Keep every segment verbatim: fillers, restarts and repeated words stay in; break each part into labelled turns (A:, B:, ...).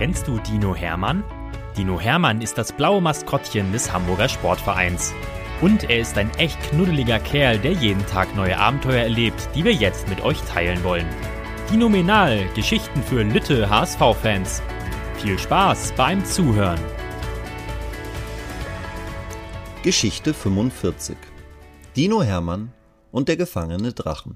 A: Kennst du Dino Hermann? Dino Hermann ist das blaue Maskottchen des Hamburger Sportvereins. Und er ist ein echt knuddeliger Kerl, der jeden Tag neue Abenteuer erlebt, die wir jetzt mit euch teilen wollen. Dinomenal, Geschichten für Lütte H S V-Fans. Viel Spaß beim Zuhören.
B: Geschichte fünfundvierzig. Dino Hermann und der gefangene Drachen.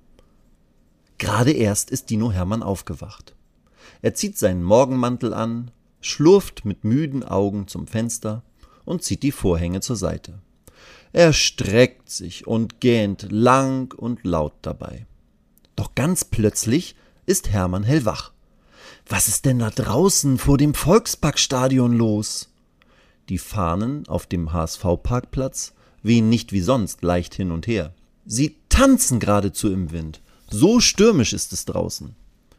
B: Gerade erst ist Dino Hermann aufgewacht. Er zieht seinen Morgenmantel an, schlurft mit müden Augen zum Fenster und zieht die Vorhänge zur Seite. Er streckt sich und gähnt lang und laut dabei. Doch ganz plötzlich ist Hermann hellwach. Was ist denn da draußen vor dem Volksparkstadion los? Die Fahnen auf dem H S V-Parkplatz wehen nicht wie sonst leicht hin und her. Sie tanzen geradezu im Wind. So stürmisch ist es draußen.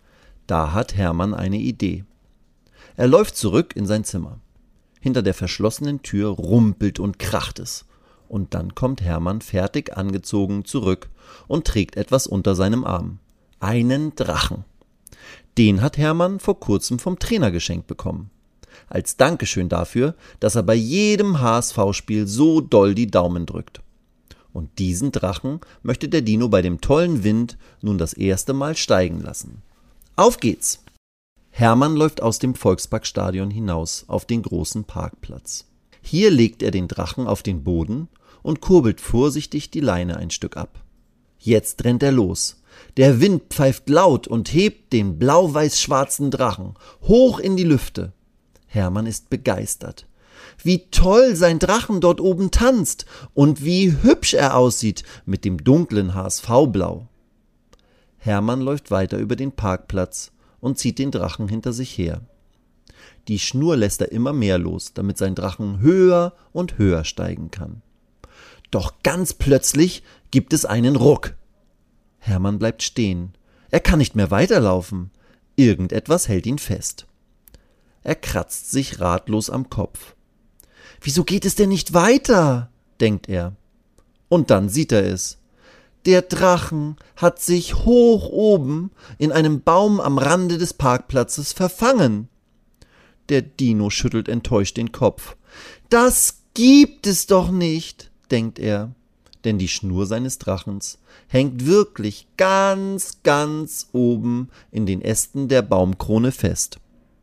B: Da hat Hermann eine Idee. Er läuft zurück in sein Zimmer. Hinter der verschlossenen Tür rumpelt und kracht es. Und dann kommt Hermann fertig angezogen zurück und trägt etwas unter seinem Arm. Einen Drachen. Den hat Hermann vor kurzem vom Trainer geschenkt bekommen. Als Dankeschön dafür, dass er bei jedem H S V-Spiel so doll die Daumen drückt. Und diesen Drachen möchte der Dino bei dem tollen Wind nun das erste Mal steigen lassen. Auf geht's! Hermann läuft aus dem Volksparkstadion hinaus auf den großen Parkplatz. Hier legt er den Drachen auf den Boden und kurbelt vorsichtig die Leine ein Stück ab. Jetzt rennt er los. Der Wind pfeift laut und hebt den blau-weiß-schwarzen Drachen hoch in die Lüfte. Hermann ist begeistert. Wie toll sein Drachen dort oben tanzt und wie hübsch er aussieht mit dem dunklen H S V-Blau. Hermann läuft weiter über den Parkplatz und zieht den Drachen hinter sich her. Die Schnur lässt er immer mehr los, damit sein Drachen höher und höher steigen kann. Doch ganz plötzlich gibt es einen Ruck. Hermann bleibt stehen. Er kann nicht mehr weiterlaufen. Irgendetwas hält ihn fest. Er kratzt sich ratlos am Kopf. »Wieso geht es denn nicht weiter?« denkt er. Und dann sieht er es. Der Drachen hat sich hoch oben in einem Baum am Rande des Parkplatzes verfangen. Der Dino schüttelt enttäuscht den Kopf. »Das gibt es doch nicht«, denkt er, denn die Schnur seines Drachens hängt wirklich ganz, ganz oben in den Ästen der Baumkrone fest.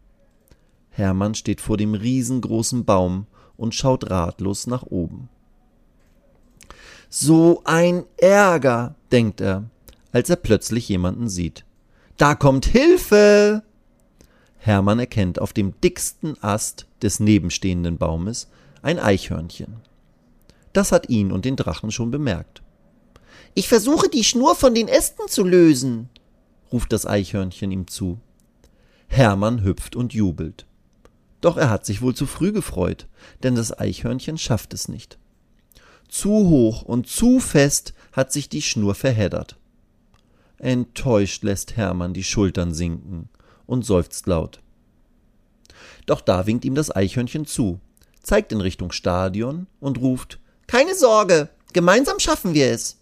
B: Hermann steht vor dem riesengroßen Baum und schaut ratlos nach oben. »So ein Ärger«, denkt er, als er plötzlich jemanden sieht. »Da kommt Hilfe!« Hermann erkennt auf dem dicksten Ast des nebenstehenden Baumes ein Eichhörnchen. Das hat ihn und den Drachen schon bemerkt. »Ich versuche, die Schnur von den Ästen zu lösen«, ruft das Eichhörnchen ihm zu. Hermann hüpft und jubelt. Doch er hat sich wohl zu früh gefreut, denn das Eichhörnchen schafft es nicht. Zu hoch und zu fest hat sich die Schnur verheddert. Enttäuscht lässt Hermann die Schultern sinken und seufzt laut. Doch da winkt ihm das Eichhörnchen zu, zeigt in Richtung Stadion und ruft: »Keine Sorge, gemeinsam schaffen wir es.«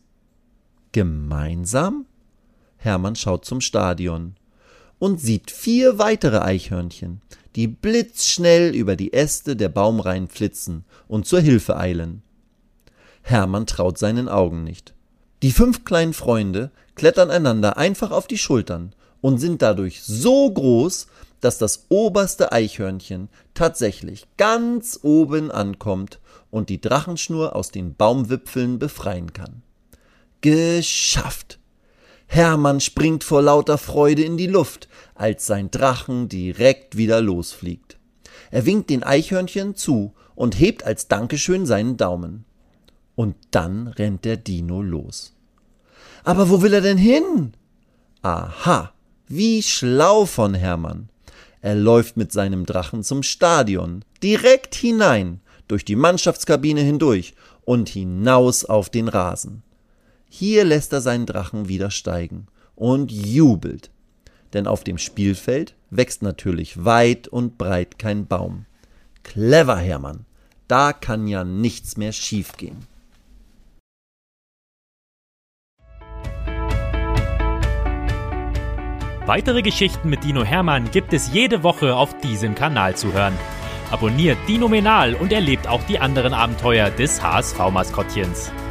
B: Gemeinsam? Hermann schaut zum Stadion und sieht vier weitere Eichhörnchen, die blitzschnell über die Äste der Baumreihen flitzen und zur Hilfe eilen. Hermann traut seinen Augen nicht. Die fünf kleinen Freunde klettern einander einfach auf die Schultern und sind dadurch so groß, dass das oberste Eichhörnchen tatsächlich ganz oben ankommt und die Drachenschnur aus den Baumwipfeln befreien kann. Geschafft! Hermann springt vor lauter Freude in die Luft, als sein Drachen direkt wieder losfliegt. Er winkt den Eichhörnchen zu und hebt als Dankeschön seinen Daumen. Und dann rennt der Dino los. Aber wo will er denn hin? Aha, wie schlau von Hermann. Er läuft mit seinem Drachen zum Stadion, direkt hinein, durch die Mannschaftskabine hindurch und hinaus auf den Rasen. Hier lässt er seinen Drachen wieder steigen und jubelt. Denn auf dem Spielfeld wächst natürlich weit und breit kein Baum. Clever, Hermann, da kann ja nichts mehr schiefgehen.
A: Weitere Geschichten mit Dino Hermann gibt es jede Woche auf diesem Kanal zu hören. Abonniert Dinomenal und erlebt auch die anderen Abenteuer des H S V-Maskottchens.